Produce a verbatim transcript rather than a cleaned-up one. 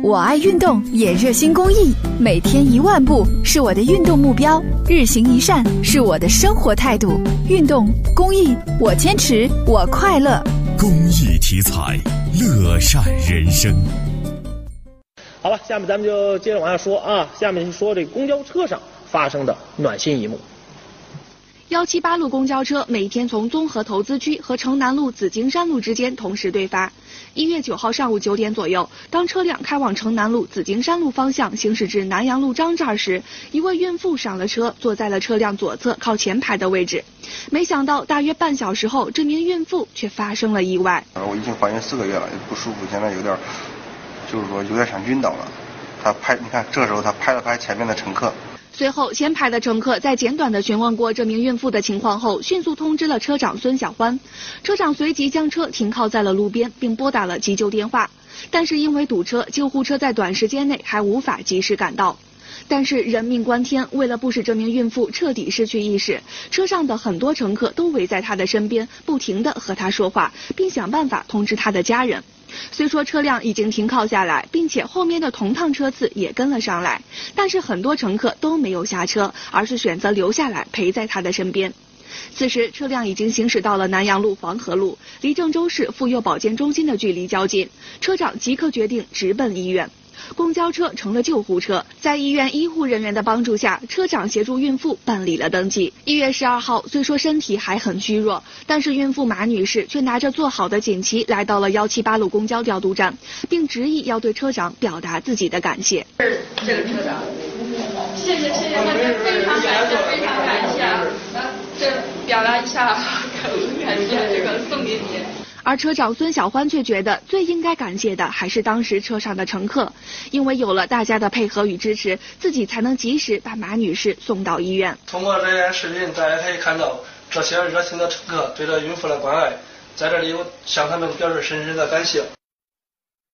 我爱运动，也热心公益，每天一万步是我的运动目标，日行一善是我的生活态度。运动公益，我坚持，我快乐。 公益题材，乐善人生。 好了，下面咱们就接着往下说啊。下面说这个公交车上发生的暖心一幕。 幺七八路公交车每天从综合投资区和城南路紫金山路之间同时对发。一月九号上午九点左右，当车辆开往城南路紫金山路方向行驶至南阳路张寨时，一位孕妇上了车，坐在了车辆左侧靠前排的位置。没想到大约半小时后，这名孕妇却发生了意外。 我已经怀孕四个月了，不舒服，现在有点，就是说有点想晕倒了。他拍，你看这时候他拍了拍前面的乘客。 随后，前排的乘客在简短的询问过这名孕妇的情况后，迅速通知了车长孙小欢。车长随即将车停靠在了路边，并拨打了急救电话。但是因为堵车，救护车在短时间内还无法及时赶到。但是人命关天，为了不使这名孕妇彻底失去意识，车上的很多乘客都围在她的身边，不停地和她说话，并想办法通知她的家人。虽说车辆已经停靠下来，并且后面的同趟车次也跟了上来，但是很多乘客都没有下车，而是选择留下来陪在他的身边。此时车辆已经行驶到了南阳路黄河路，离郑州市妇幼保健中心的距离较近，车长即刻决定直奔医院。公交车成了救护车，在医院医护人员的帮助下，车长协助孕妇办理了登记。一月十二号，虽说身体还很虚弱，但是孕妇马女士却拿着做好的锦旗来到了幺七八路公交调度站，并执意要对车长表达自己的感谢。 这个车长，谢谢谢谢，非常感谢非常感谢啊！这表达一下感谢，这个送给你。 而车长孙小欢却觉得最应该感谢的还是当时车上的乘客，因为有了大家的配合与支持，自己才能及时把马女士送到医院。 通过这件视频，大家可以看到这些热心的乘客对这孕妇的关爱，在这里我向他们表示深深的感谢。